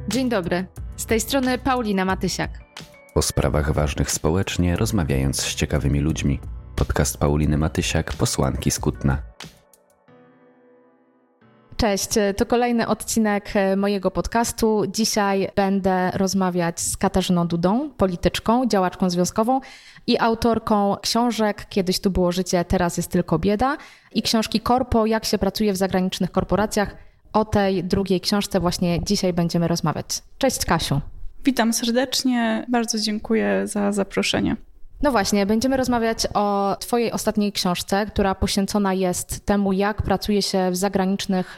Dzień dobry, z tej strony Paulina Matysiak. O sprawach ważnych społecznie, rozmawiając z ciekawymi ludźmi. Podcast Pauliny Matysiak, posłanki z Kutna. Cześć, to kolejny odcinek mojego podcastu. Dzisiaj będę rozmawiać z Katarzyną Dudą, polityczką, działaczką związkową i autorką książek Kiedyś tu było życie, teraz jest tylko bieda i książki Korpo, jak się pracuje w zagranicznych korporacjach. O tej drugiej książce właśnie dzisiaj będziemy rozmawiać. Cześć Kasiu. Witam serdecznie, bardzo dziękuję za zaproszenie. No właśnie, będziemy rozmawiać o twojej ostatniej książce, która poświęcona jest temu, jak pracuje się w zagranicznych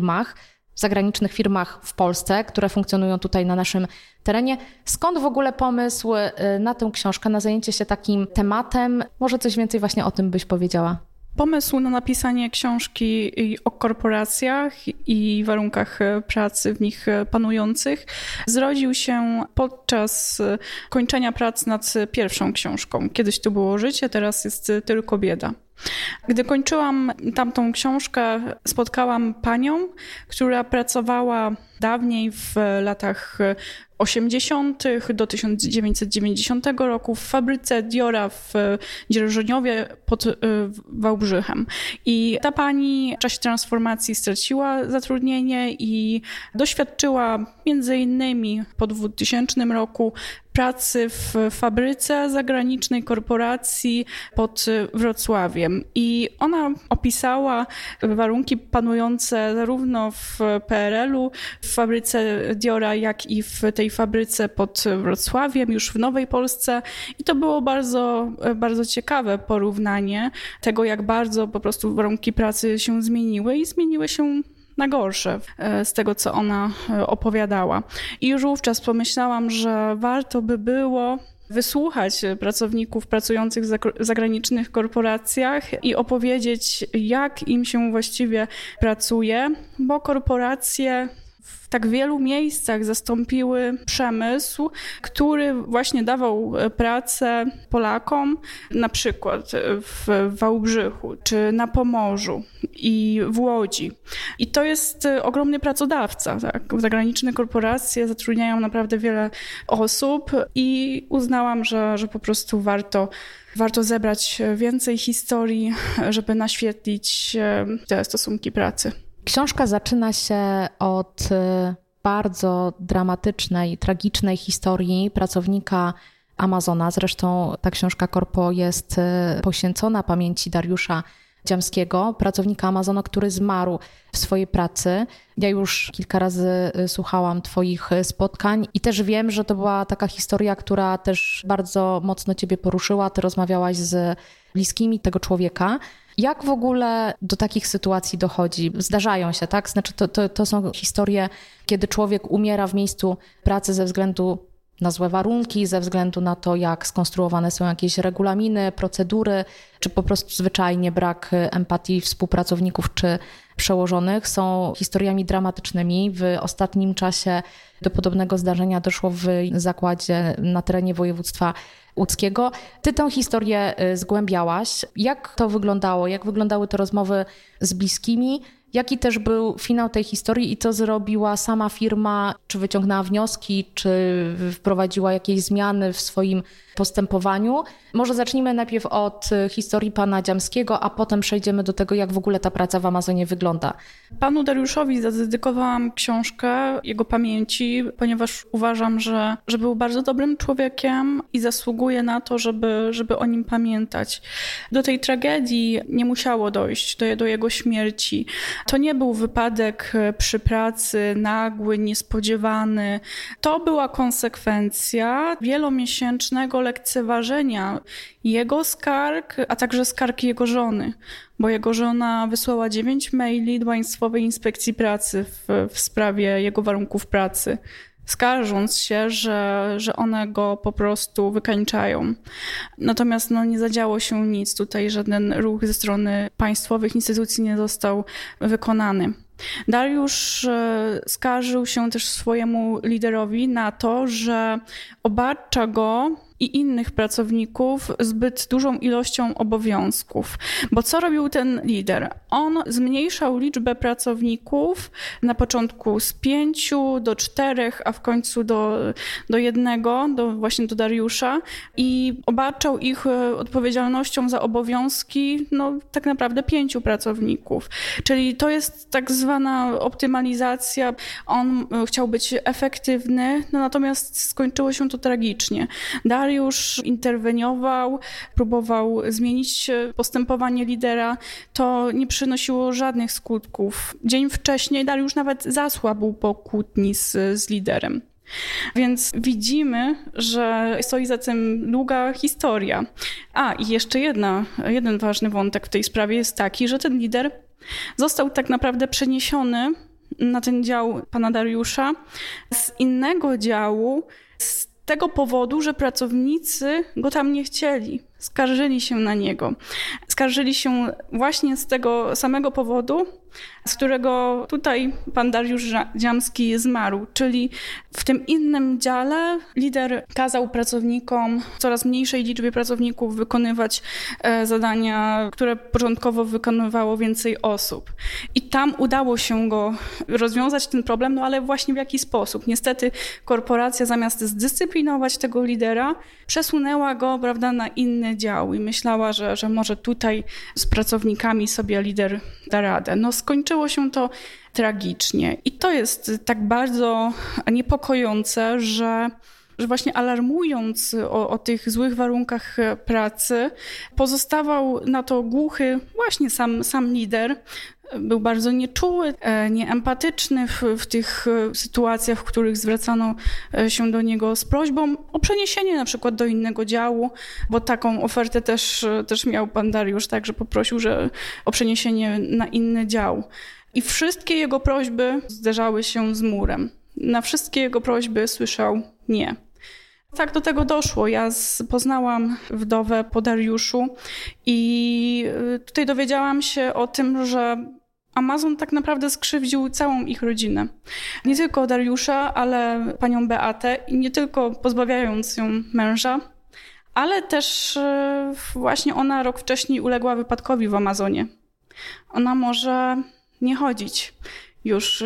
firmach w Polsce, które funkcjonują tutaj na naszym terenie. Skąd w ogóle pomysł na tę książkę, na zajęcie się takim tematem? Może coś więcej właśnie o tym byś powiedziała? Pomysł na napisanie książki o korporacjach i warunkach pracy w nich panujących zrodził się podczas kończenia prac nad pierwszą książką. Kiedyś tu było życie, teraz jest tylko bieda. Gdy kończyłam tamtą książkę, spotkałam panią, która pracowała dawniej w latach 80. do 1990 roku w fabryce Diora w Dzierżoniowie pod Wałbrzychem. I ta pani w czasie transformacji straciła zatrudnienie i doświadczyła między innymi po 2000 roku pracy w fabryce zagranicznej korporacji pod Wrocławiem. I ona opisała warunki panujące zarówno w PRL-u, w fabryce Diora, jak i w tej fabryce pod Wrocławiem, już w Nowej Polsce. I to było bardzo, bardzo ciekawe porównanie tego, jak bardzo po prostu warunki pracy się zmieniły i zmieniły się na gorsze z tego, co ona opowiadała. I już wówczas pomyślałam, że warto by było wysłuchać pracowników pracujących w zagranicznych korporacjach i opowiedzieć, jak im się właściwie pracuje, bo korporacje w tak wielu miejscach zastąpiły przemysł, który właśnie dawał pracę Polakom, na przykład w Wałbrzychu, czy na Pomorzu i w Łodzi. I to jest ogromny pracodawca. Tak? Zagraniczne korporacje zatrudniają naprawdę wiele osób i uznałam, że po prostu warto zebrać więcej historii, żeby naświetlić te stosunki pracy. Książka zaczyna się od bardzo dramatycznej, tragicznej historii pracownika Amazona. Zresztą ta książka Korpo jest poświęcona pamięci Dariusza Dziamskiego, pracownika Amazona, który zmarł w swojej pracy. Ja już kilka razy słuchałam twoich spotkań i też wiem, że to była taka historia, która też bardzo mocno ciebie poruszyła. Ty rozmawiałaś z bliskimi tego człowieka. Jak w ogóle do takich sytuacji dochodzi? Zdarzają się, tak? Znaczy to są historie, kiedy człowiek umiera w miejscu pracy ze względu na złe warunki, ze względu na to, jak skonstruowane są jakieś regulaminy, procedury, czy po prostu zwyczajnie brak empatii współpracowników czy przełożonych. Są historiami dramatycznymi. W ostatnim czasie do podobnego zdarzenia doszło w zakładzie na terenie województwa łódzkiego. Ty tę historię zgłębiałaś. Jak to wyglądało? Jak wyglądały te rozmowy z bliskimi? Jaki też był finał tej historii i co zrobiła sama firma? Czy wyciągnęła wnioski, czy wprowadziła jakieś zmiany w swoim postępowaniu? Może zacznijmy najpierw od historii pana Dziamskiego, a potem przejdziemy do tego, jak w ogóle ta praca w Amazonie wygląda. Panu Dariuszowi zadedykowałam książkę jego pamięci, ponieważ uważam, że był bardzo dobrym człowiekiem i zasługuje na to, żeby o nim pamiętać. Do tej tragedii nie musiało dojść, do jego śmierci. To nie był wypadek przy pracy, nagły, niespodziewany. To była konsekwencja wielomiesięcznego lekceważenia jego skarg, a także skarg jego żony, bo jego żona wysłała 9 maili do Państwowej Inspekcji Pracy w sprawie jego warunków pracy, skarżąc się, że one go po prostu wykańczają. Natomiast nie zadziało się nic tutaj, żaden ruch ze strony państwowych instytucji nie został wykonany. Dariusz skarżył się też swojemu liderowi na to, że obarcza go i innych pracowników zbyt dużą ilością obowiązków. Bo co robił ten lider? On zmniejszał liczbę pracowników na początku z 5 do 4, a w końcu do 1, właśnie do Dariusza i obarczał ich odpowiedzialnością za obowiązki tak naprawdę 5 pracowników. Czyli to jest tak zwana optymalizacja. On chciał być efektywny, natomiast skończyło się to tragicznie. Dariusz interweniował, próbował zmienić postępowanie lidera. To nie przynosiło żadnych skutków. Dzień wcześniej Dariusz nawet zasłabł po kłótni z liderem. Więc widzimy, że stoi za tym długa historia. I jeszcze jeden ważny wątek w tej sprawie jest taki, że ten lider został tak naprawdę przeniesiony na ten dział pana Dariusza z innego działu, z tego powodu, że pracownicy go tam nie chcieli. Skarżyli się na niego. Skarżyli się właśnie z tego samego powodu, z którego tutaj pan Dariusz Dziamski zmarł. Czyli w tym innym dziale lider kazał pracownikom, coraz mniejszej liczbie pracowników wykonywać zadania, które początkowo wykonywało więcej osób. I tam udało się go rozwiązać ten problem, ale właśnie w jaki sposób? Niestety korporacja zamiast zdyscyplinować tego lidera, przesunęła go, na inny dział i myślała, że może tutaj z pracownikami sobie lider da radę. Skończyło się to tragicznie. I to jest tak bardzo niepokojące, że właśnie alarmując o tych złych warunkach pracy, pozostawał na to głuchy właśnie sam lider. Był bardzo nieczuły, nieempatyczny w tych sytuacjach, w których zwracano się do niego z prośbą o przeniesienie na przykład do innego działu, bo taką ofertę też miał pan Dariusz, także poprosił o przeniesienie na inny dział. I wszystkie jego prośby zderzały się z murem. Na wszystkie jego prośby słyszał nie. Tak do tego doszło. Ja poznałam wdowę po Dariuszu i tutaj dowiedziałam się o tym, że Amazon tak naprawdę skrzywdził całą ich rodzinę. Nie tylko Dariusza, ale panią Beatę i nie tylko pozbawiając ją męża, ale też właśnie ona rok wcześniej uległa wypadkowi w Amazonie. Ona może nie chodzić już,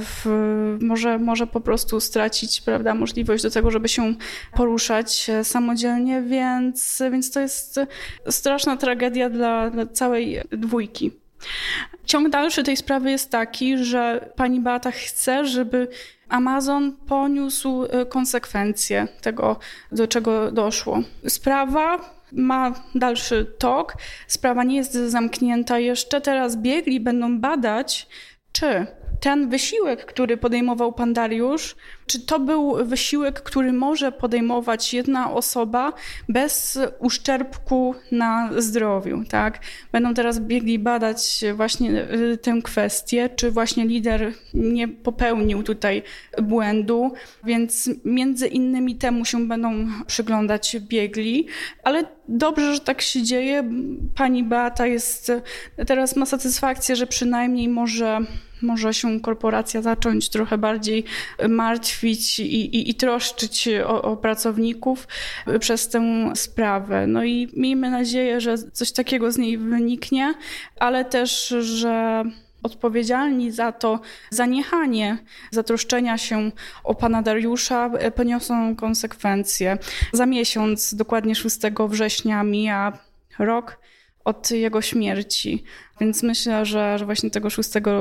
może po prostu stracić, możliwość do tego, żeby się poruszać samodzielnie, więc to jest straszna tragedia dla całej dwójki. Ciąg dalszy tej sprawy jest taki, że pani Beata chce, żeby Amazon poniósł konsekwencje tego, do czego doszło. Sprawa ma dalszy tok, sprawa nie jest zamknięta jeszcze. Teraz biegli będą badać, czy ten wysiłek, który podejmował pan Dariusz, czy to był wysiłek, który może podejmować jedna osoba bez uszczerbku na zdrowiu, tak? Będą teraz biegli badać właśnie tę kwestię, czy właśnie lider nie popełnił tutaj błędu, więc między innymi temu się będą przyglądać biegli, ale dobrze, że tak się dzieje. Pani Beata teraz ma satysfakcję, że przynajmniej może się korporacja zacząć trochę bardziej martwić i troszczyć o pracowników przez tę sprawę. I miejmy nadzieję, że coś takiego z niej wyniknie, ale też, że odpowiedzialni za to zaniechanie zatroszczenia się o pana Dariusza poniosą konsekwencje. Za miesiąc, dokładnie 6 września, mija rok od jego śmierci. Więc myślę, że właśnie tego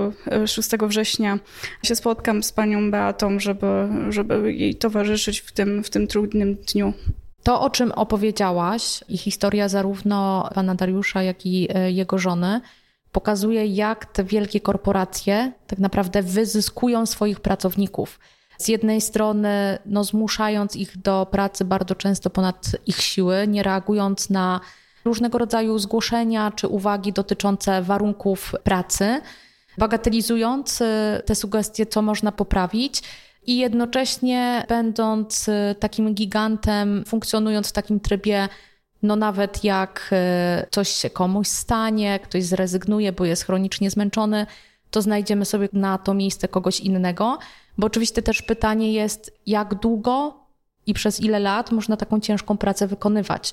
6 września się spotkam z panią Beatą, żeby jej towarzyszyć w tym trudnym dniu. To, o czym opowiedziałaś i historia zarówno pana Dariusza, jak i jego żony, pokazuje, jak te wielkie korporacje tak naprawdę wyzyskują swoich pracowników. Z jednej strony zmuszając ich do pracy bardzo często ponad ich siły, nie reagując na różnego rodzaju zgłoszenia czy uwagi dotyczące warunków pracy, bagatelizując te sugestie, co można poprawić i jednocześnie będąc takim gigantem, funkcjonując w takim trybie, nawet jak coś się komuś stanie, ktoś zrezygnuje, bo jest chronicznie zmęczony, to znajdziemy sobie na to miejsce kogoś innego. Bo oczywiście też pytanie jest, jak długo i przez ile lat można taką ciężką pracę wykonywać.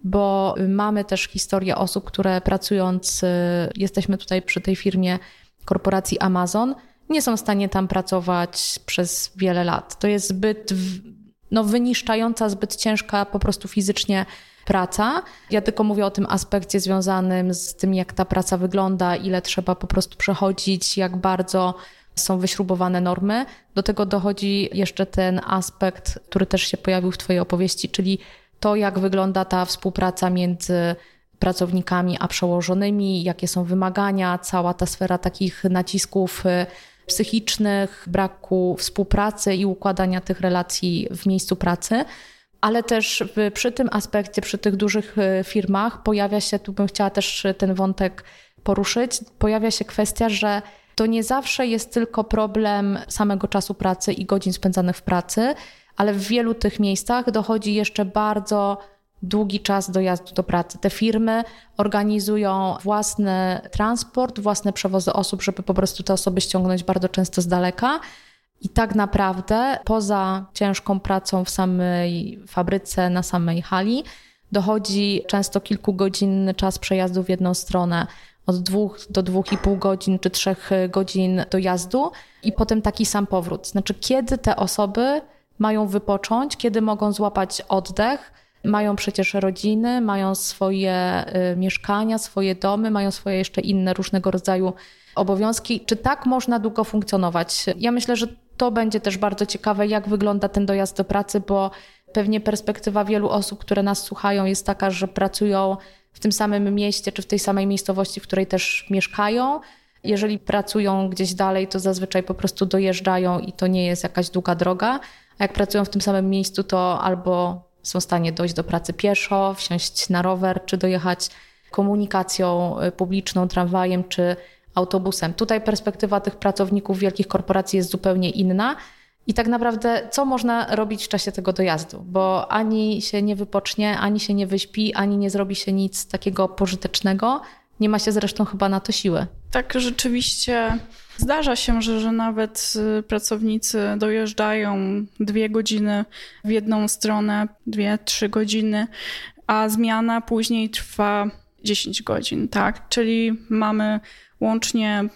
Bo mamy też historię osób, które pracując, jesteśmy tutaj przy tej firmie korporacji Amazon, nie są w stanie tam pracować przez wiele lat. To jest zbyt wyniszczająca, zbyt ciężka po prostu fizycznie praca. Ja tylko mówię o tym aspekcie związanym z tym, jak ta praca wygląda, ile trzeba po prostu przechodzić, jak bardzo są wyśrubowane normy. Do tego dochodzi jeszcze ten aspekt, który też się pojawił w twojej opowieści, czyli to, jak wygląda ta współpraca między pracownikami a przełożonymi, jakie są wymagania, cała ta sfera takich nacisków psychicznych, braku współpracy i układania tych relacji w miejscu pracy. Ale też przy tym aspekcie, przy tych dużych firmach pojawia się, tu bym chciała też ten wątek poruszyć, pojawia się kwestia, że to nie zawsze jest tylko problem samego czasu pracy i godzin spędzanych w pracy, ale w wielu tych miejscach dochodzi jeszcze bardzo długi czas dojazdu do pracy. Te firmy organizują własny transport, własne przewozy osób, żeby po prostu te osoby ściągnąć bardzo często z daleka. I tak naprawdę poza ciężką pracą w samej fabryce, na samej hali, dochodzi często kilkugodzinny czas przejazdu w jedną stronę, od 2 do 2,5 godzin czy 3 godzin dojazdu i potem taki sam powrót. Znaczy, kiedy te osoby mają wypocząć, kiedy mogą złapać oddech, mają przecież rodziny, mają swoje mieszkania, swoje domy, mają swoje jeszcze inne różnego rodzaju obowiązki. Czy tak można długo funkcjonować? Ja myślę, że to będzie też bardzo ciekawe, jak wygląda ten dojazd do pracy, bo pewnie perspektywa wielu osób, które nas słuchają, jest taka, że pracują w tym samym mieście czy w tej samej miejscowości, w której też mieszkają. Jeżeli pracują gdzieś dalej, to zazwyczaj po prostu dojeżdżają i to nie jest jakaś długa droga. A jak pracują w tym samym miejscu, to albo są w stanie dojść do pracy pieszo, wsiąść na rower, czy dojechać komunikacją publiczną, tramwajem, czy autobusem. Tutaj perspektywa tych pracowników wielkich korporacji jest zupełnie inna. I tak naprawdę co można robić w czasie tego dojazdu? Bo ani się nie wypocznie, ani się nie wyśpi, ani nie zrobi się nic takiego pożytecznego. Nie ma się zresztą chyba na to siły. Tak, rzeczywiście zdarza się, że nawet pracownicy dojeżdżają 2 godziny w jedną stronę, 2-3 godziny, a zmiana później trwa 10 godzin, tak? Czyli mamy łącznie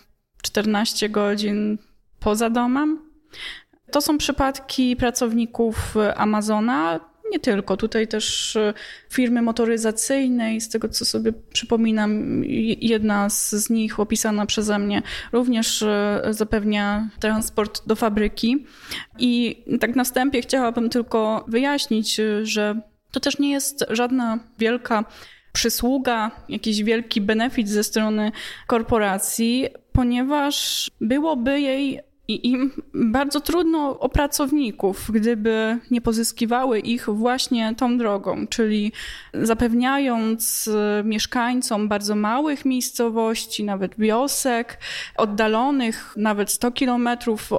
14 godzin poza domem. To są przypadki pracowników Amazona, nie tylko. Tutaj też firmy motoryzacyjnej, z tego co sobie przypominam, jedna z nich opisana przeze mnie również zapewnia transport do fabryki. I tak na wstępie chciałabym tylko wyjaśnić, że to też nie jest żadna wielka przysługa, jakiś wielki benefit ze strony korporacji, ponieważ byłoby jej i im bardzo trudno o pracowników, gdyby nie pozyskiwały ich właśnie tą drogą, czyli zapewniając mieszkańcom bardzo małych miejscowości, nawet wiosek, oddalonych nawet 100 kilometrów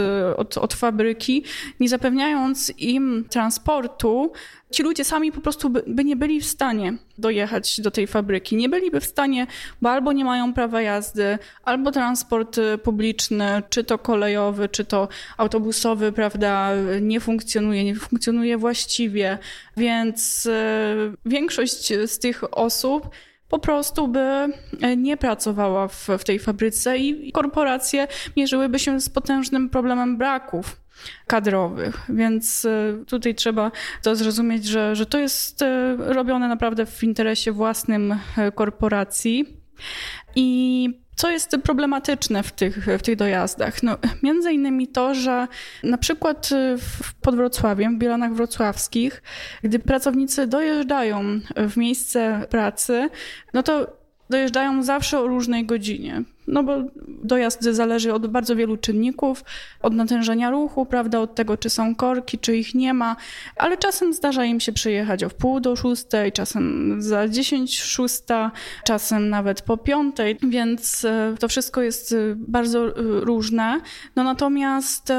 od fabryki, nie zapewniając im transportu, ci ludzie sami po prostu by nie byli w stanie dojechać do tej fabryki. Nie byliby w stanie, bo albo nie mają prawa jazdy, albo transport publiczny, czy to kolejowy, czy to autobusowy, prawda, nie funkcjonuje właściwie. Więc większość z tych osób po prostu by nie pracowała w tej fabryce i korporacje mierzyłyby się z potężnym problemem braków kadrowych, więc tutaj trzeba to zrozumieć, że to jest robione naprawdę w interesie własnym korporacji. I co jest problematyczne w tych dojazdach? No, między innymi to, że na przykład pod Wrocławiem, w Bielanach Wrocławskich, gdy pracownicy dojeżdżają w miejsce pracy, no to dojeżdżają zawsze o różnej godzinie. No bo dojazd zależy od bardzo wielu czynników, od natężenia ruchu, prawda, od tego, czy są korki, czy ich nie ma, ale czasem zdarza im się przyjechać o 5:45, czasem za 10:06, czasem nawet po 5:00, więc to wszystko jest bardzo różne. No natomiast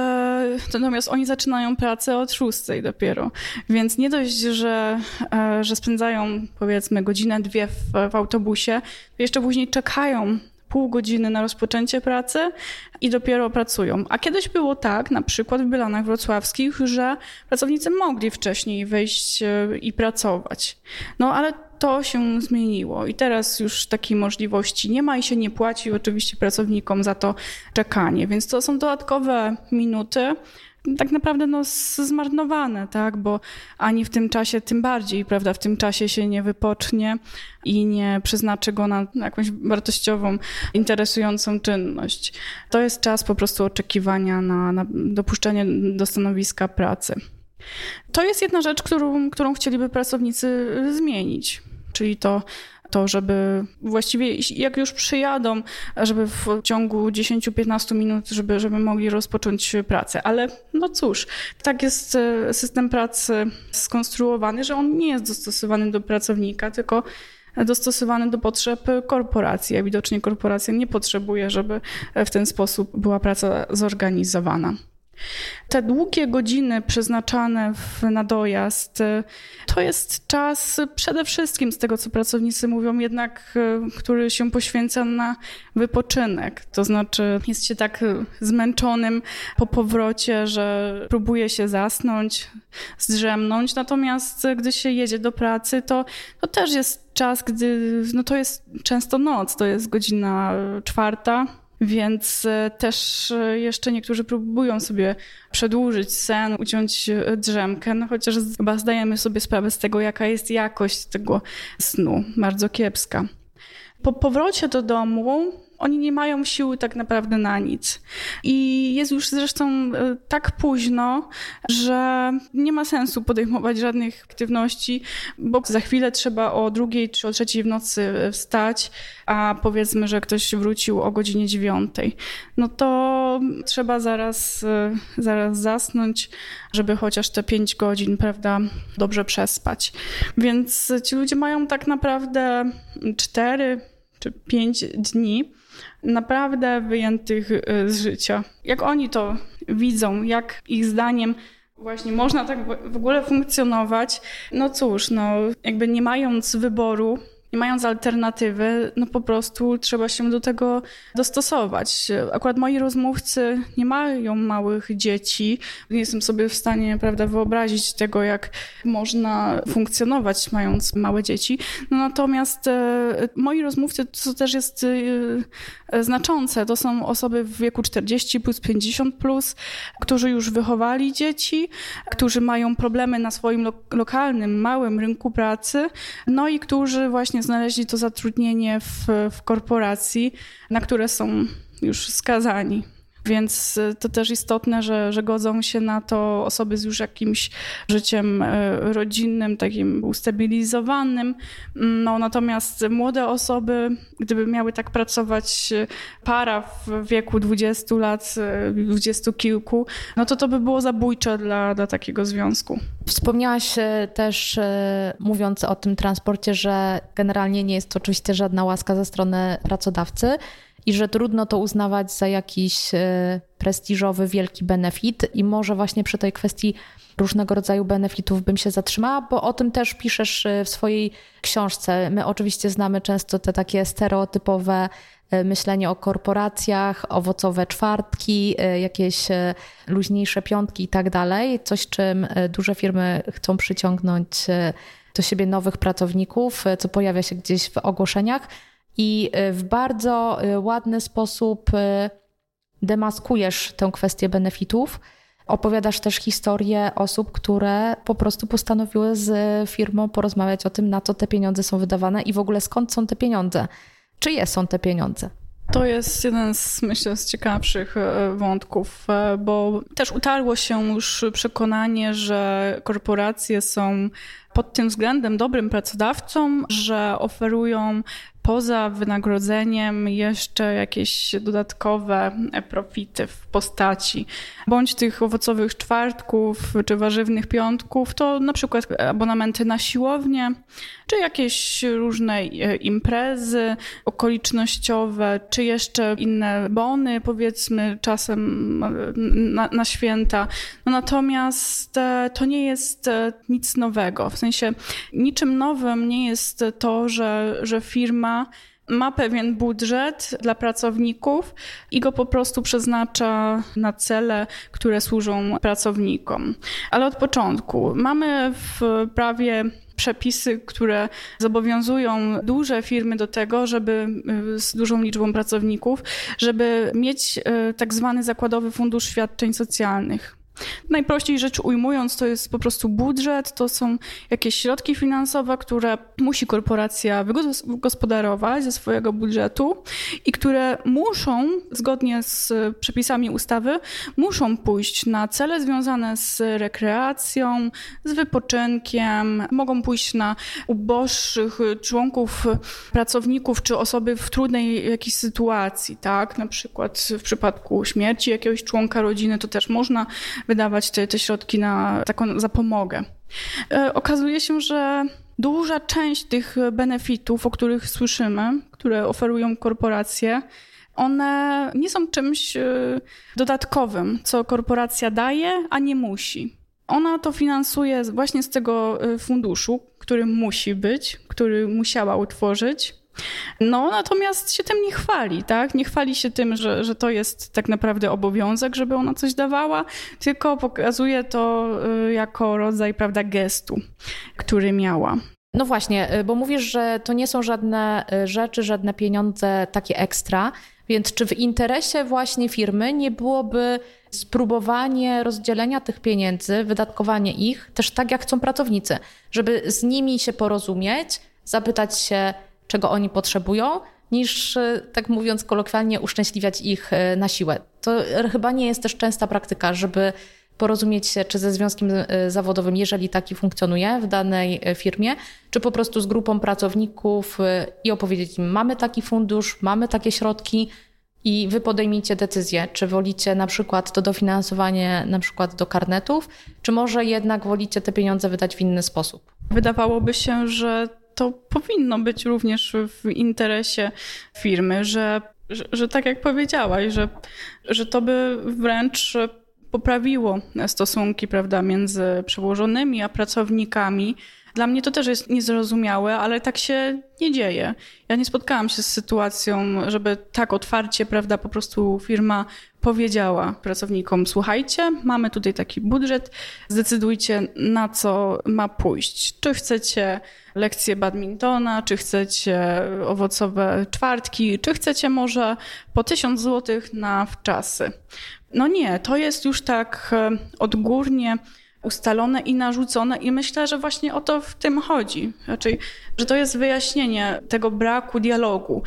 oni zaczynają pracę od 6:00 dopiero, więc nie dość, że spędzają powiedzmy godzinę, 2 w autobusie, to jeszcze później czekają pół godziny na rozpoczęcie pracy i dopiero pracują. A kiedyś było tak, na przykład w Bielanach Wrocławskich, że pracownicy mogli wcześniej wejść i pracować. No ale to się zmieniło i teraz już takiej możliwości nie ma i się nie płaci oczywiście pracownikom za to czekanie, więc to są dodatkowe minuty, tak naprawdę zmarnowane, tak, bo ani w tym czasie, tym bardziej, prawda, w tym czasie się nie wypocznie i nie przeznaczy go na jakąś wartościową, interesującą czynność. To jest czas po prostu oczekiwania na dopuszczenie do stanowiska pracy. To jest jedna rzecz, którą chcieliby pracownicy zmienić, czyli to, żeby właściwie jak już przyjadą, żeby w ciągu 10-15 minut, żeby mogli rozpocząć pracę. Ale no cóż, tak jest system pracy skonstruowany, że on nie jest dostosowany do pracownika, tylko dostosowany do potrzeb korporacji. A widocznie korporacja nie potrzebuje, żeby w ten sposób była praca zorganizowana. Te długie godziny przeznaczane na dojazd to jest czas przede wszystkim, z tego co pracownicy mówią, jednak który się poświęca na wypoczynek. To znaczy jest się tak zmęczonym po powrocie, że próbuje się zasnąć, zdrzemnąć. Natomiast gdy się jedzie do pracy, to też jest czas, gdy to jest często noc, to jest godzina 4. Więc też jeszcze niektórzy próbują sobie przedłużyć sen, uciąć drzemkę, chociaż chyba zdajemy sobie sprawę z tego, jaka jest jakość tego snu, bardzo kiepska. Po powrocie do domu oni nie mają siły tak naprawdę na nic. I jest już zresztą tak późno, że nie ma sensu podejmować żadnych aktywności, bo za chwilę trzeba o 2 czy o 3 w nocy wstać, a powiedzmy, że ktoś wrócił o godzinie 9. No to trzeba zaraz zasnąć, żeby chociaż te 5 godzin, prawda, dobrze przespać. Więc ci ludzie mają tak naprawdę 4 czy 5 dni naprawdę wyjętych z życia. Jak oni to widzą, jak ich zdaniem właśnie można tak w ogóle funkcjonować, no cóż, jakby nie mając wyboru, nie mając alternatywy, po prostu trzeba się do tego dostosować. Akurat moi rozmówcy nie mają małych dzieci. Nie jestem sobie w stanie, prawda, wyobrazić tego, jak można funkcjonować mając małe dzieci. Natomiast moi rozmówcy, co też jest znaczące, to są osoby w wieku 40+, 50+, którzy już wychowali dzieci, którzy mają problemy na swoim lokalnym, małym rynku pracy, i którzy właśnie znaleźli to zatrudnienie w korporacji, na które są już skazani. Więc to też istotne, że godzą się na to osoby z już jakimś życiem rodzinnym, takim ustabilizowanym. Natomiast młode osoby, gdyby miały tak pracować para w wieku 20 lat, 20 kilku, to by było zabójcze dla takiego związku. Wspomniałaś też, mówiąc o tym transporcie, że generalnie nie jest to oczywiście żadna łaska ze strony pracodawcy, i że trudno to uznawać za jakiś prestiżowy, wielki benefit i może właśnie przy tej kwestii różnego rodzaju benefitów bym się zatrzymała, bo o tym też piszesz w swojej książce. My oczywiście znamy często te takie stereotypowe myślenie o korporacjach, owocowe czwartki, jakieś luźniejsze piątki i tak dalej. Coś, czym duże firmy chcą przyciągnąć do siebie nowych pracowników, co pojawia się gdzieś w ogłoszeniach. I w bardzo ładny sposób demaskujesz tę kwestię benefitów. Opowiadasz też historię osób, które po prostu postanowiły z firmą porozmawiać o tym, na co te pieniądze są wydawane i w ogóle skąd są te pieniądze. Czyje są te pieniądze? To jest jeden z ciekawszych wątków, bo też utarło się już przekonanie, że korporacje są pod tym względem dobrym pracodawcą, że oferują poza wynagrodzeniem jeszcze jakieś dodatkowe profity w postaci bądź tych owocowych czwartków czy warzywnych piątków, to na przykład abonamenty na siłownię, czy jakieś różne imprezy okolicznościowe, czy jeszcze inne bony, powiedzmy czasem na święta. Natomiast to nie jest nic nowego. W sensie niczym nowym nie jest to, że firma ma pewien budżet dla pracowników i go po prostu przeznacza na cele, które służą pracownikom. Ale od początku mamy w prawie przepisy, które zobowiązują duże firmy do tego, żeby z dużą liczbą pracowników, żeby mieć tak zwany zakładowy fundusz świadczeń socjalnych. Najprościej rzecz ujmując, to jest po prostu budżet, to są jakieś środki finansowe, które musi korporacja wygospodarować ze swojego budżetu i które muszą, zgodnie z przepisami ustawy, muszą pójść na cele związane z rekreacją, z wypoczynkiem, mogą pójść na uboższych członków, pracowników czy osoby w trudnej jakiejś sytuacji, tak? Na przykład w przypadku śmierci jakiegoś członka rodziny, to też można wydawać te środki na taką zapomogę. Okazuje się, że duża część tych benefitów, o których słyszymy, które oferują korporacje, one nie są czymś dodatkowym, co korporacja daje, a nie musi. Ona to finansuje właśnie z tego funduszu, który musi być, który musiała utworzyć. No, natomiast się tym nie chwali, tak? Nie chwali się tym, że to jest tak naprawdę obowiązek, żeby ona coś dawała, tylko pokazuje to jako rodzaj, prawda, gestu, który miała. No właśnie, bo mówisz, że to nie są żadne rzeczy, żadne pieniądze takie ekstra, więc czy w interesie właśnie firmy nie byłoby spróbowanie rozdzielenia tych pieniędzy, wydatkowanie ich też tak, jak chcą pracownicy, żeby z nimi się porozumieć, zapytać się, czego oni potrzebują, niż, tak mówiąc kolokwialnie, uszczęśliwiać ich na siłę. To chyba nie jest też częsta praktyka, żeby porozumieć się czy ze związkiem zawodowym, jeżeli taki funkcjonuje w danej firmie, czy po prostu z grupą pracowników i opowiedzieć im, mamy taki fundusz, mamy takie środki i wy podejmijcie decyzję, czy wolicie na przykład to dofinansowanie na przykład do karnetów, czy może jednak wolicie te pieniądze wydać w inny sposób. Wydawałoby się, że to powinno być również w interesie firmy, że tak jak powiedziałaś, że to by wręcz poprawiło stosunki, prawda, między przełożonymi a pracownikami. Dla mnie to też jest niezrozumiałe, ale tak się nie dzieje. Ja nie spotkałam się z sytuacją, żeby tak otwarcie, prawda, po prostu firma powiedziała pracownikom, słuchajcie, mamy tutaj taki budżet, zdecydujcie, na co ma pójść. Czy chcecie lekcje badmintona, czy chcecie owocowe czwartki, czy chcecie może po 1000 zł na wczasy. No nie, to jest już tak odgórnie ustalone i narzucone i myślę, że właśnie o to w tym chodzi. Raczej, że to jest wyjaśnienie tego braku dialogu,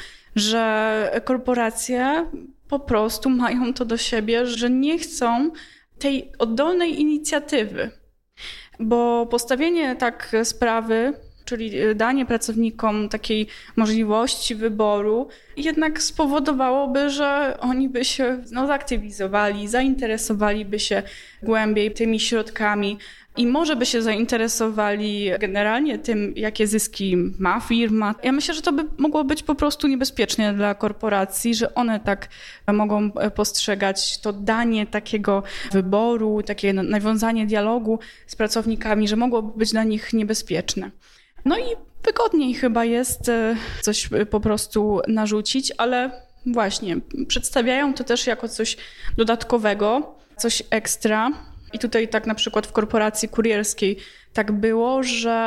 że korporacje po prostu mają to do siebie, że nie chcą tej oddolnej inicjatywy, bo postawienie tak sprawy, czyli danie pracownikom takiej możliwości wyboru, jednak spowodowałoby, że oni by się zaktywizowali, zainteresowaliby się głębiej tymi środkami i może by się zainteresowali generalnie tym, jakie zyski ma firma. Ja myślę, że to by mogło być po prostu niebezpieczne dla korporacji, że one tak mogą postrzegać to danie takiego wyboru, takie nawiązanie dialogu z pracownikami, że mogłoby być dla nich niebezpieczne. No i wygodniej chyba jest coś po prostu narzucić, ale właśnie przedstawiają to też jako coś dodatkowego, coś ekstra. I tutaj tak na przykład w korporacji kurierskiej tak było,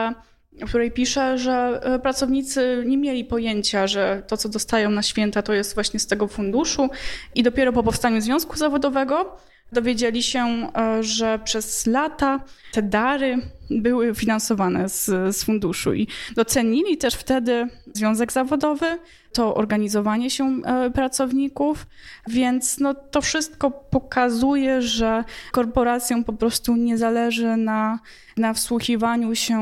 w której pisze, że pracownicy nie mieli pojęcia, że to, co dostają na święta, to jest właśnie z tego funduszu i dopiero po powstaniu związku zawodowego dowiedzieli się, że przez lata te dary były finansowane z funduszu i docenili też wtedy związek zawodowy, to organizowanie się pracowników, więc to wszystko pokazuje, że korporacjom po prostu nie zależy na wsłuchiwaniu się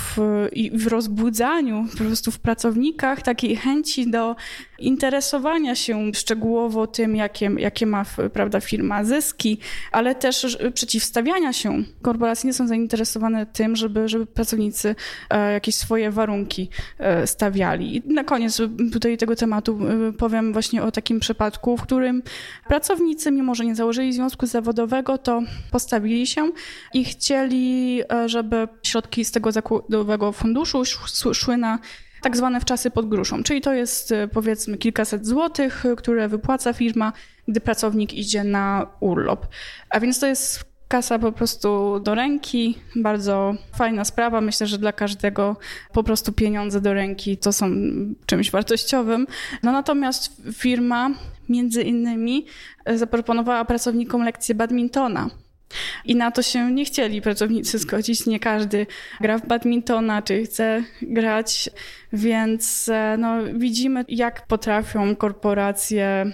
i w rozbudzaniu po prostu w pracownikach takiej chęci do interesowania się szczegółowo tym, jakie ma, prawda, firma zyski, ale też przeciwstawiania się. Korporacje nie są zainteresowane tym, żeby pracownicy jakieś swoje warunki stawiali. I na koniec tutaj tego tematu powiem właśnie o takim przypadku, w którym pracownicy, mimo że nie założyli związku zawodowego, to postawili się i chcieli, żeby środki z tego zakładowego funduszu szły na tak zwane wczasy pod gruszą, czyli to jest powiedzmy kilkaset złotych, które wypłaca firma, gdy pracownik idzie na urlop. A więc to jest kasa po prostu do ręki, bardzo fajna sprawa. Myślę, że dla każdego po prostu pieniądze do ręki to są czymś wartościowym. No natomiast firma między innymi zaproponowała pracownikom lekcje badmintona. I na to się nie chcieli pracownicy zgodzić. Nie każdy gra w badmintona, czy chce grać, więc widzimy, jak potrafią korporacje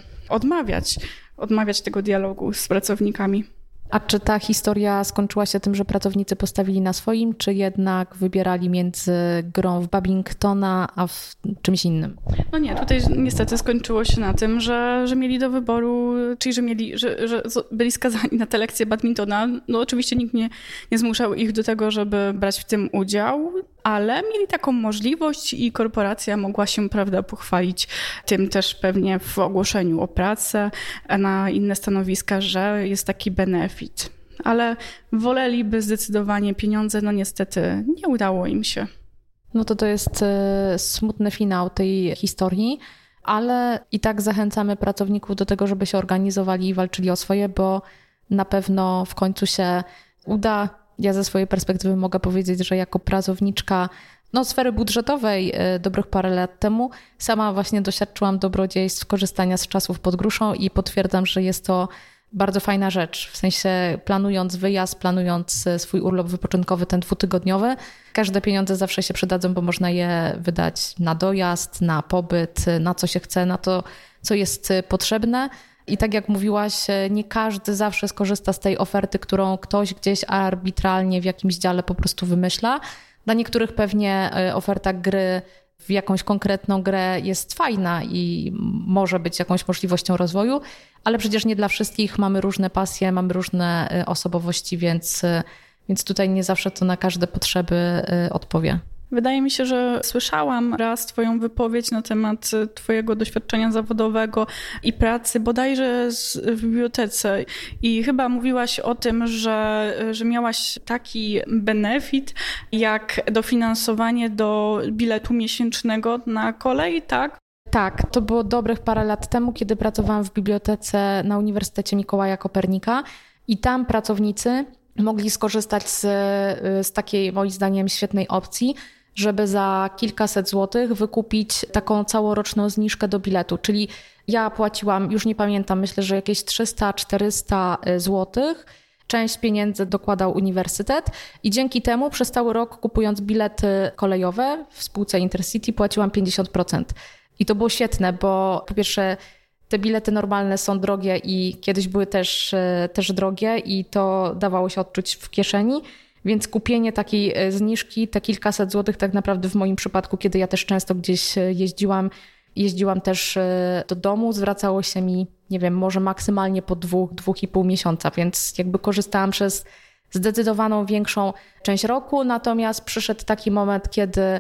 odmawiać tego dialogu z pracownikami. A czy ta historia skończyła się tym, że pracownicy postawili na swoim, czy jednak wybierali między grą w badmintona a w czymś innym? No nie, tutaj niestety skończyło się na tym, że mieli do wyboru, czyli że byli skazani na te lekcje badmintona. No oczywiście nikt nie zmuszał ich do tego, żeby brać w tym udział, ale mieli taką możliwość i korporacja mogła się, prawda, pochwalić tym też pewnie w ogłoszeniu o pracę na inne stanowiska, że jest taki benefit. Ale woleliby zdecydowanie pieniądze, no niestety nie udało im się. No to jest smutny finał tej historii, ale i tak zachęcamy pracowników do tego, żeby się organizowali i walczyli o swoje, bo na pewno w końcu się uda. Ja ze swojej perspektywy mogę powiedzieć, że jako pracowniczka sfery budżetowej dobrych parę lat temu sama właśnie doświadczyłam dobrodziejstw korzystania z czasów pod gruszą i potwierdzam, że jest to bardzo fajna rzecz. W sensie planując wyjazd, planując swój urlop wypoczynkowy, ten 2-tygodniowy, każde pieniądze zawsze się przydadzą, bo można je wydać na dojazd, na pobyt, na co się chce, na to, co jest potrzebne. I tak jak mówiłaś, nie każdy zawsze skorzysta z tej oferty, którą ktoś gdzieś arbitralnie w jakimś dziale po prostu wymyśla. Dla niektórych pewnie oferta gry w jakąś konkretną grę jest fajna i może być jakąś możliwością rozwoju, ale przecież nie dla wszystkich. Mamy różne pasje, mamy różne osobowości, więc tutaj nie zawsze to na każde potrzeby odpowie. Wydaje mi się, że słyszałam raz twoją wypowiedź na temat twojego doświadczenia zawodowego i pracy, bodajże w bibliotece. I chyba mówiłaś o tym, że miałaś taki benefit jak dofinansowanie do biletu miesięcznego na kolej, tak? Tak, to było dobrych parę lat temu, kiedy pracowałam w bibliotece na Uniwersytecie Mikołaja Kopernika i tam pracownicy mogli skorzystać z takiej, moim zdaniem, świetnej opcji, żeby za kilkaset złotych wykupić taką całoroczną zniżkę do biletu. Czyli ja płaciłam, już nie pamiętam, myślę, że jakieś 300-400 złotych. Część pieniędzy dokładał uniwersytet i dzięki temu przez cały rok, kupując bilety kolejowe w spółce Intercity, płaciłam 50%. I to było świetne, bo po pierwsze te bilety normalne są drogie i kiedyś były też drogie i to dawało się odczuć w kieszeni, więc kupienie takiej zniżki, te kilkaset złotych tak naprawdę w moim przypadku, kiedy ja też często gdzieś jeździłam też do domu, zwracało się mi, nie wiem, może maksymalnie po 2,5 miesiąca, więc jakby korzystałam przez zdecydowaną większą część roku, natomiast przyszedł taki moment, kiedy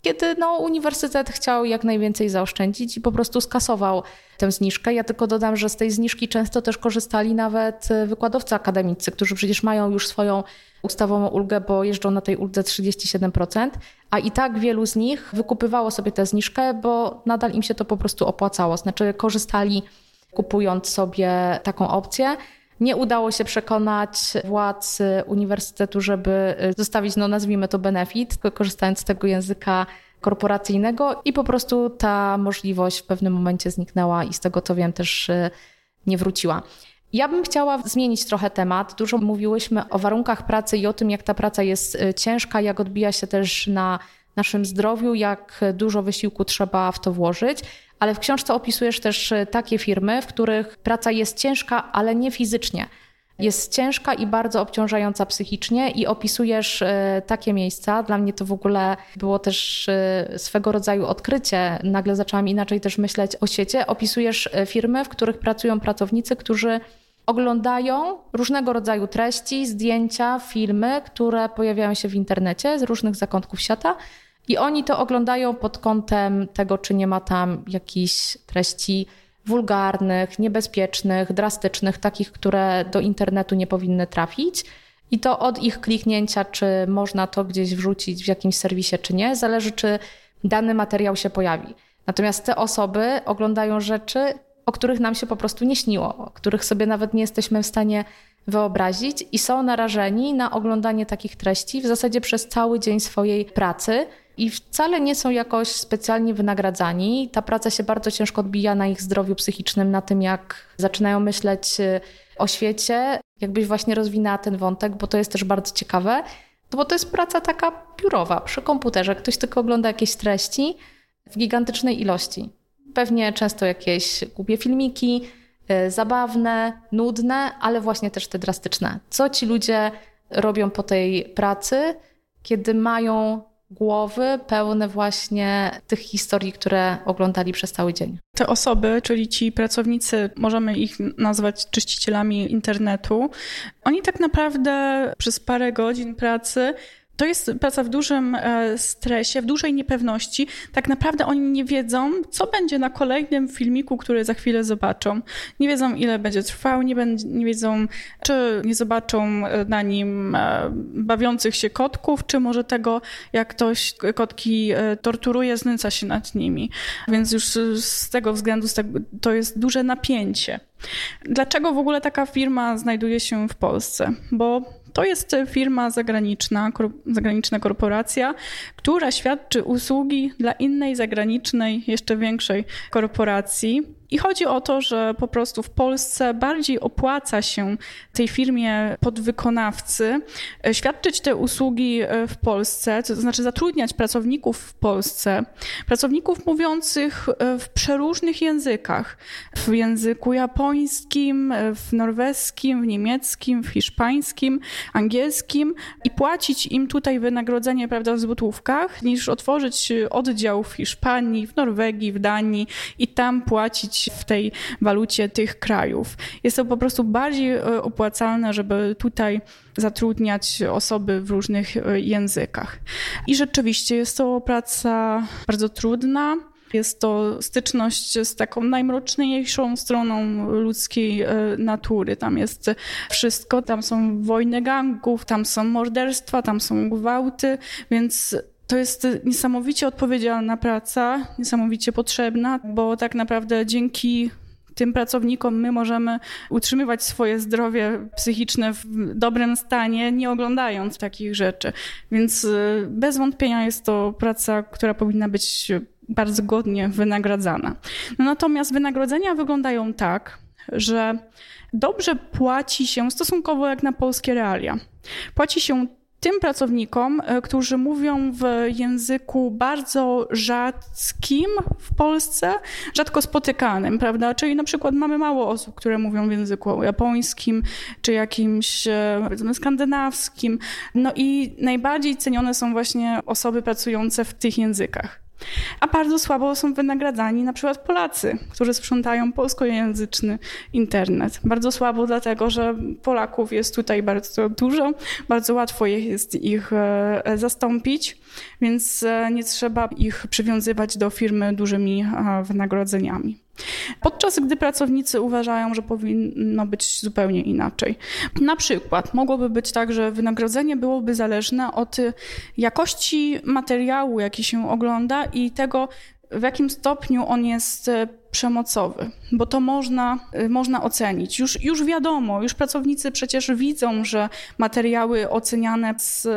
uniwersytet chciał jak najwięcej zaoszczędzić i po prostu skasował tę zniżkę. Ja tylko dodam, że z tej zniżki często też korzystali nawet wykładowcy akademiccy, którzy przecież mają już swoją ustawową ulgę, bo jeżdżą na tej uldze 37%, a i tak wielu z nich wykupywało sobie tę zniżkę, bo nadal im się to po prostu opłacało. Znaczy korzystali, kupując sobie taką opcję. Nie udało się przekonać władz uniwersytetu, żeby zostawić, nazwijmy to benefit, korzystając z tego języka korporacyjnego i po prostu ta możliwość w pewnym momencie zniknęła i z tego co wiem też nie wróciła. Ja bym chciała zmienić trochę temat. Dużo mówiłyśmy o warunkach pracy i o tym, jak ta praca jest ciężka, jak odbija się też na naszym zdrowiu, jak dużo wysiłku trzeba w to włożyć. Ale w książce opisujesz też takie firmy, w których praca jest ciężka, ale nie fizycznie. Jest ciężka i bardzo obciążająca psychicznie i opisujesz takie miejsca. Dla mnie to w ogóle było też swego rodzaju odkrycie. Nagle zaczęłam inaczej też myśleć o świecie. Opisujesz firmy, w których pracują pracownicy, którzy oglądają różnego rodzaju treści, zdjęcia, filmy, które pojawiają się w internecie z różnych zakątków świata. I oni to oglądają pod kątem tego, czy nie ma tam jakichś treści wulgarnych, niebezpiecznych, drastycznych, takich, które do internetu nie powinny trafić. I to od ich kliknięcia, czy można to gdzieś wrzucić w jakimś serwisie, czy nie, zależy, czy dany materiał się pojawi. Natomiast te osoby oglądają rzeczy, o których nam się po prostu nie śniło, o których sobie nawet nie jesteśmy w stanie wyobrazić i są narażeni na oglądanie takich treści w zasadzie przez cały dzień swojej pracy i wcale nie są jakoś specjalnie wynagradzani. Ta praca się bardzo ciężko odbija na ich zdrowiu psychicznym, na tym jak zaczynają myśleć o świecie. Jakbyś właśnie rozwinęła ten wątek, bo to jest też bardzo ciekawe, no bo to jest praca taka biurowa, przy komputerze. Ktoś tylko ogląda jakieś treści w gigantycznej ilości. Pewnie często jakieś głupie filmiki, zabawne, nudne, ale właśnie też te drastyczne. Co ci ludzie robią po tej pracy, kiedy mają głowy pełne właśnie tych historii, które oglądali przez cały dzień? Te osoby, czyli ci pracownicy, możemy ich nazwać czyścicielami internetu, oni tak naprawdę przez parę godzin pracy, to jest praca w dużym stresie, w dużej niepewności. Tak naprawdę oni nie wiedzą, co będzie na kolejnym filmiku, który za chwilę zobaczą. Nie wiedzą, ile będzie trwał, nie wiedzą, czy nie zobaczą na nim bawiących się kotków, czy może tego, jak ktoś kotki torturuje, znęca się nad nimi. Więc już z tego względu to jest duże napięcie. Dlaczego w ogóle taka firma znajduje się w Polsce? Bo to jest firma zagraniczna korporacja, która świadczy usługi dla innej zagranicznej, jeszcze większej korporacji. I chodzi o to, że po prostu w Polsce bardziej opłaca się tej firmie podwykonawcy świadczyć te usługi w Polsce, to znaczy zatrudniać pracowników w Polsce, pracowników mówiących w przeróżnych językach, w języku japońskim, w norweskim, w niemieckim, w hiszpańskim, angielskim i płacić im tutaj wynagrodzenie, prawda, w złotówkach, niż otworzyć oddział w Hiszpanii, w Norwegii, w Danii i tam płacić w tej walucie tych krajów. Jest to po prostu bardziej opłacalne, żeby tutaj zatrudniać osoby w różnych językach. I rzeczywiście jest to praca bardzo trudna. Jest to styczność z taką najmroczniejszą stroną ludzkiej natury. Tam jest wszystko, tam są wojny gangów, tam są morderstwa, tam są gwałty, więc to jest niesamowicie odpowiedzialna praca, niesamowicie potrzebna, bo tak naprawdę dzięki tym pracownikom my możemy utrzymywać swoje zdrowie psychiczne w dobrym stanie, nie oglądając takich rzeczy. Więc bez wątpienia jest to praca, która powinna być bardzo godnie wynagradzana. No natomiast wynagrodzenia wyglądają tak, że dobrze płaci się, stosunkowo jak na polskie realia, płaci się tym pracownikom, którzy mówią w języku bardzo rzadkim w Polsce, rzadko spotykanym, prawda? Czyli na przykład mamy mało osób, które mówią w języku japońskim, czy jakimś, powiedzmy, skandynawskim. No i najbardziej cenione są właśnie osoby pracujące w tych językach. A bardzo słabo są wynagradzani na przykład Polacy, którzy sprzątają polskojęzyczny internet. Bardzo słabo dlatego, że Polaków jest tutaj bardzo dużo, bardzo łatwo jest ich zastąpić, więc nie trzeba ich przywiązywać do firmy dużymi wynagrodzeniami. Podczas gdy pracownicy uważają, że powinno być zupełnie inaczej. Na przykład mogłoby być tak, że wynagrodzenie byłoby zależne od jakości materiału, jaki się ogląda i tego, w jakim stopniu on jest przemocowy, bo to można ocenić. Już wiadomo, już pracownicy przecież widzą, że materiały oceniane z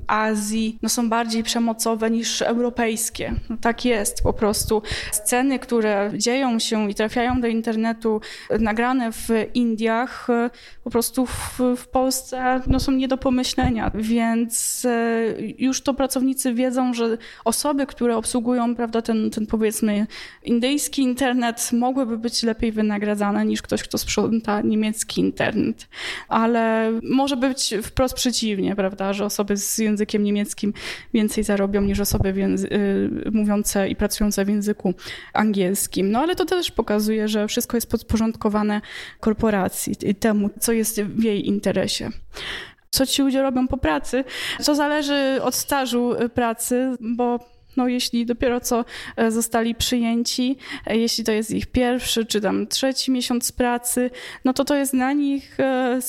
Azji są bardziej przemocowe niż europejskie. No tak jest po prostu. Sceny, które dzieją się i trafiają do internetu, nagrane w Indiach, po prostu w Polsce są nie do pomyślenia. Więc już to pracownicy wiedzą, że osoby, które obsługują, prawda, ten powiedzmy indyjski internet, mogłyby być lepiej wynagradzane niż ktoś, kto sprząta niemiecki internet. Ale może być wprost przeciwnie, prawda, że osoby z językiem niemieckim więcej zarobią niż osoby mówiące i pracujące w języku angielskim. No ale to też pokazuje, że wszystko jest podporządkowane korporacji i temu, co jest w jej interesie. Co ci ludzie robią po pracy? To zależy od stażu pracy, bo jeśli dopiero co zostali przyjęci, jeśli to jest ich pierwszy czy tam trzeci miesiąc pracy, to jest dla nich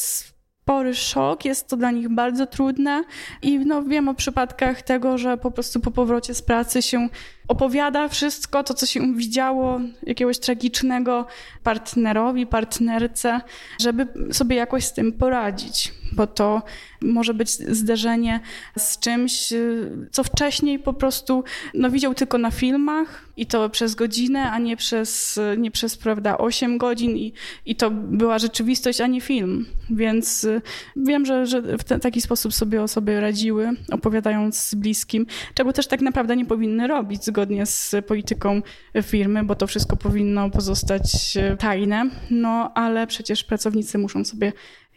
spory szok, jest to dla nich bardzo trudne i wiem o przypadkach tego, że po prostu po powrocie z pracy się opowiada wszystko to, co się widziało, jakiegoś tragicznego partnerowi, partnerce, żeby sobie jakoś z tym poradzić, bo to może być zderzenie z czymś, co wcześniej po prostu widział tylko na filmach i to przez godzinę, a nie przez prawda, 8 godzin i to była rzeczywistość, a nie film. Więc wiem, że w taki sposób sobie osoby radziły, opowiadając z bliskim, czego też tak naprawdę nie powinny robić zgodnie z polityką firmy, bo to wszystko powinno pozostać tajne, ale przecież pracownicy muszą sobie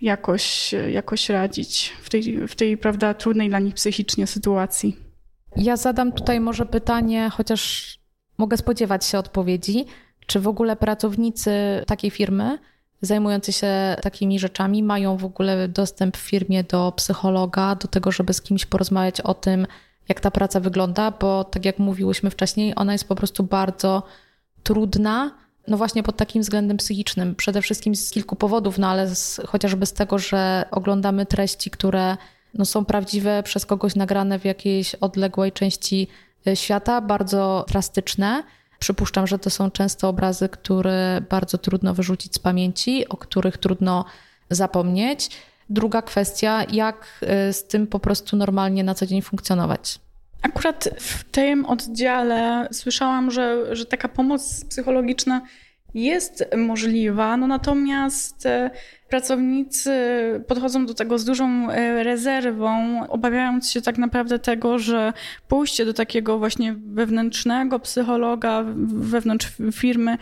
jakoś radzić w tej prawda, trudnej dla nich psychicznie sytuacji. Ja zadam tutaj może pytanie, chociaż mogę spodziewać się odpowiedzi, czy w ogóle pracownicy takiej firmy zajmujący się takimi rzeczami mają w ogóle dostęp w firmie do psychologa, do tego, żeby z kimś porozmawiać o tym, jak ta praca wygląda, bo tak jak mówiłyśmy wcześniej, ona jest po prostu bardzo trudna, właśnie pod takim względem psychicznym. Przede wszystkim z kilku powodów, ale chociażby z tego, że oglądamy treści, które są prawdziwe, przez kogoś nagrane w jakiejś odległej części świata, bardzo drastyczne. Przypuszczam, że to są często obrazy, które bardzo trudno wyrzucić z pamięci, o których trudno zapomnieć. Druga kwestia, jak z tym po prostu normalnie na co dzień funkcjonować. Akurat w tym oddziale słyszałam, że taka pomoc psychologiczna jest możliwa, natomiast pracownicy podchodzą do tego z dużą rezerwą, obawiając się tak naprawdę tego, że pójście do takiego właśnie wewnętrznego psychologa wewnątrz firmy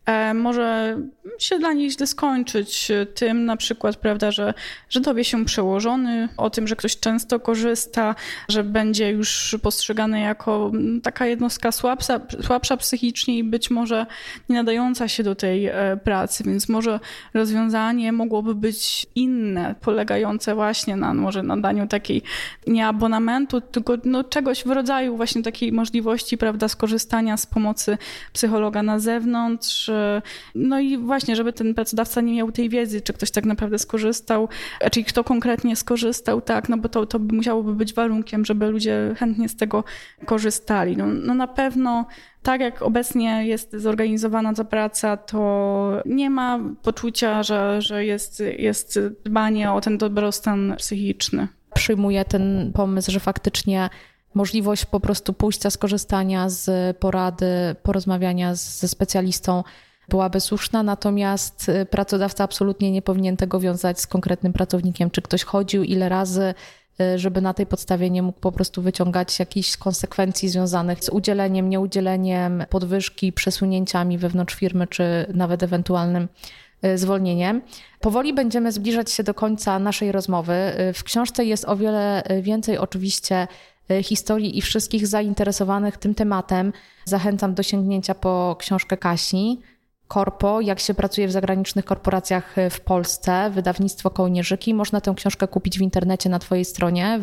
może się dla nich źle skończyć tym na przykład, prawda, że dowie się przełożony o tym, że ktoś często korzysta, że będzie już postrzegany jako taka jednostka słabsza psychicznie i być może nie nadająca się do tej pracy, więc może rozwiązanie mogłoby być inne, polegające właśnie na może nadaniu takiej nie abonamentu, tylko czegoś w rodzaju właśnie takiej możliwości, prawda, skorzystania z pomocy psychologa na zewnątrz. I właśnie, żeby ten pracodawca nie miał tej wiedzy, czy ktoś tak naprawdę skorzystał, czyli kto konkretnie skorzystał, tak, bo to musiałoby być warunkiem, żeby ludzie chętnie z tego korzystali. Na pewno tak jak obecnie jest zorganizowana ta praca, to nie ma poczucia, że jest dbanie o ten dobrostan psychiczny. Przyjmuję ten pomysł, że faktycznie możliwość po prostu pójścia, skorzystania z porady, porozmawiania ze specjalistą byłaby słuszna, natomiast pracodawca absolutnie nie powinien tego wiązać z konkretnym pracownikiem. Czy ktoś chodził, ile razy, żeby na tej podstawie nie mógł po prostu wyciągać jakichś konsekwencji związanych z udzieleniem, nieudzieleniem podwyżki, przesunięciami wewnątrz firmy, czy nawet ewentualnym zwolnieniem. Powoli będziemy zbliżać się do końca naszej rozmowy. W książce jest o wiele więcej oczywiście historii i wszystkich zainteresowanych tym tematem. Zachęcam do sięgnięcia po książkę Kasi Korpo, jak się pracuje w zagranicznych korporacjach w Polsce, wydawnictwo Kołnierzyki. Można tę książkę kupić w internecie na twojej stronie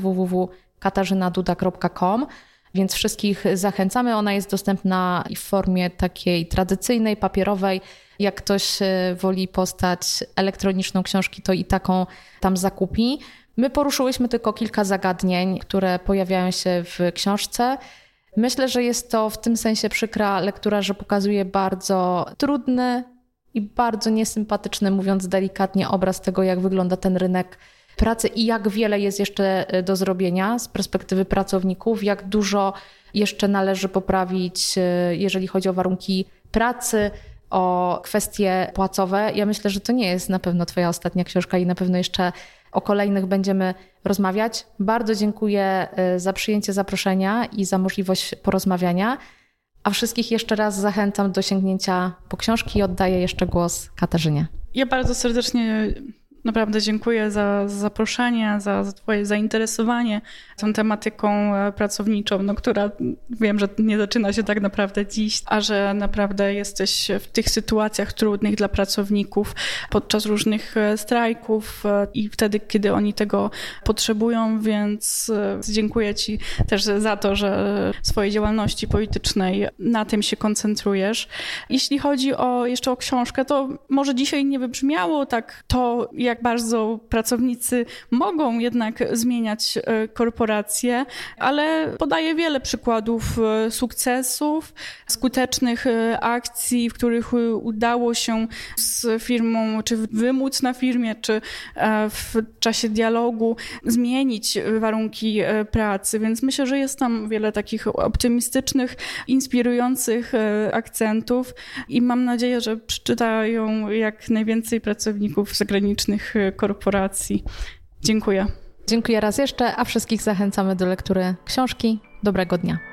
www.katarzynaduda.com, więc wszystkich zachęcamy. Ona jest dostępna w formie takiej tradycyjnej, papierowej. Jak ktoś woli postać elektroniczną książki, to i taką tam zakupi. My poruszyłyśmy tylko kilka zagadnień, które pojawiają się w książce. Myślę, że jest to w tym sensie przykra lektura, że pokazuje bardzo trudny i bardzo niesympatyczny, mówiąc delikatnie, obraz tego, jak wygląda ten rynek pracy i jak wiele jest jeszcze do zrobienia z perspektywy pracowników, jak dużo jeszcze należy poprawić, jeżeli chodzi o warunki pracy, o kwestie płacowe. Ja myślę, że to nie jest na pewno twoja ostatnia książka i na pewno jeszcze o kolejnych będziemy rozmawiać. Bardzo dziękuję za przyjęcie zaproszenia i za możliwość porozmawiania. A wszystkich jeszcze raz zachęcam do sięgnięcia po książki i oddaję jeszcze głos Katarzynie. Ja bardzo serdecznie naprawdę dziękuję za zaproszenie, za twoje zainteresowanie tą tematyką pracowniczą, która wiem, że nie zaczyna się tak naprawdę dziś, a że naprawdę jesteś w tych sytuacjach trudnych dla pracowników podczas różnych strajków i wtedy, kiedy oni tego potrzebują, więc dziękuję ci też za to, że w swojej działalności politycznej na tym się koncentrujesz. Jeśli chodzi jeszcze o książkę, to może dzisiaj nie wybrzmiało tak to, jak bardzo pracownicy mogą jednak zmieniać korporacje, ale podaje wiele przykładów sukcesów, skutecznych akcji, w których udało się z firmą, czy wymóc na firmie, czy w czasie dialogu zmienić warunki pracy, więc myślę, że jest tam wiele takich optymistycznych, inspirujących akcentów i mam nadzieję, że przeczytają jak najwięcej pracowników zagranicznych korporacji. Dziękuję. Dziękuję raz jeszcze, a wszystkich zachęcamy do lektury książki. Dobrego dnia.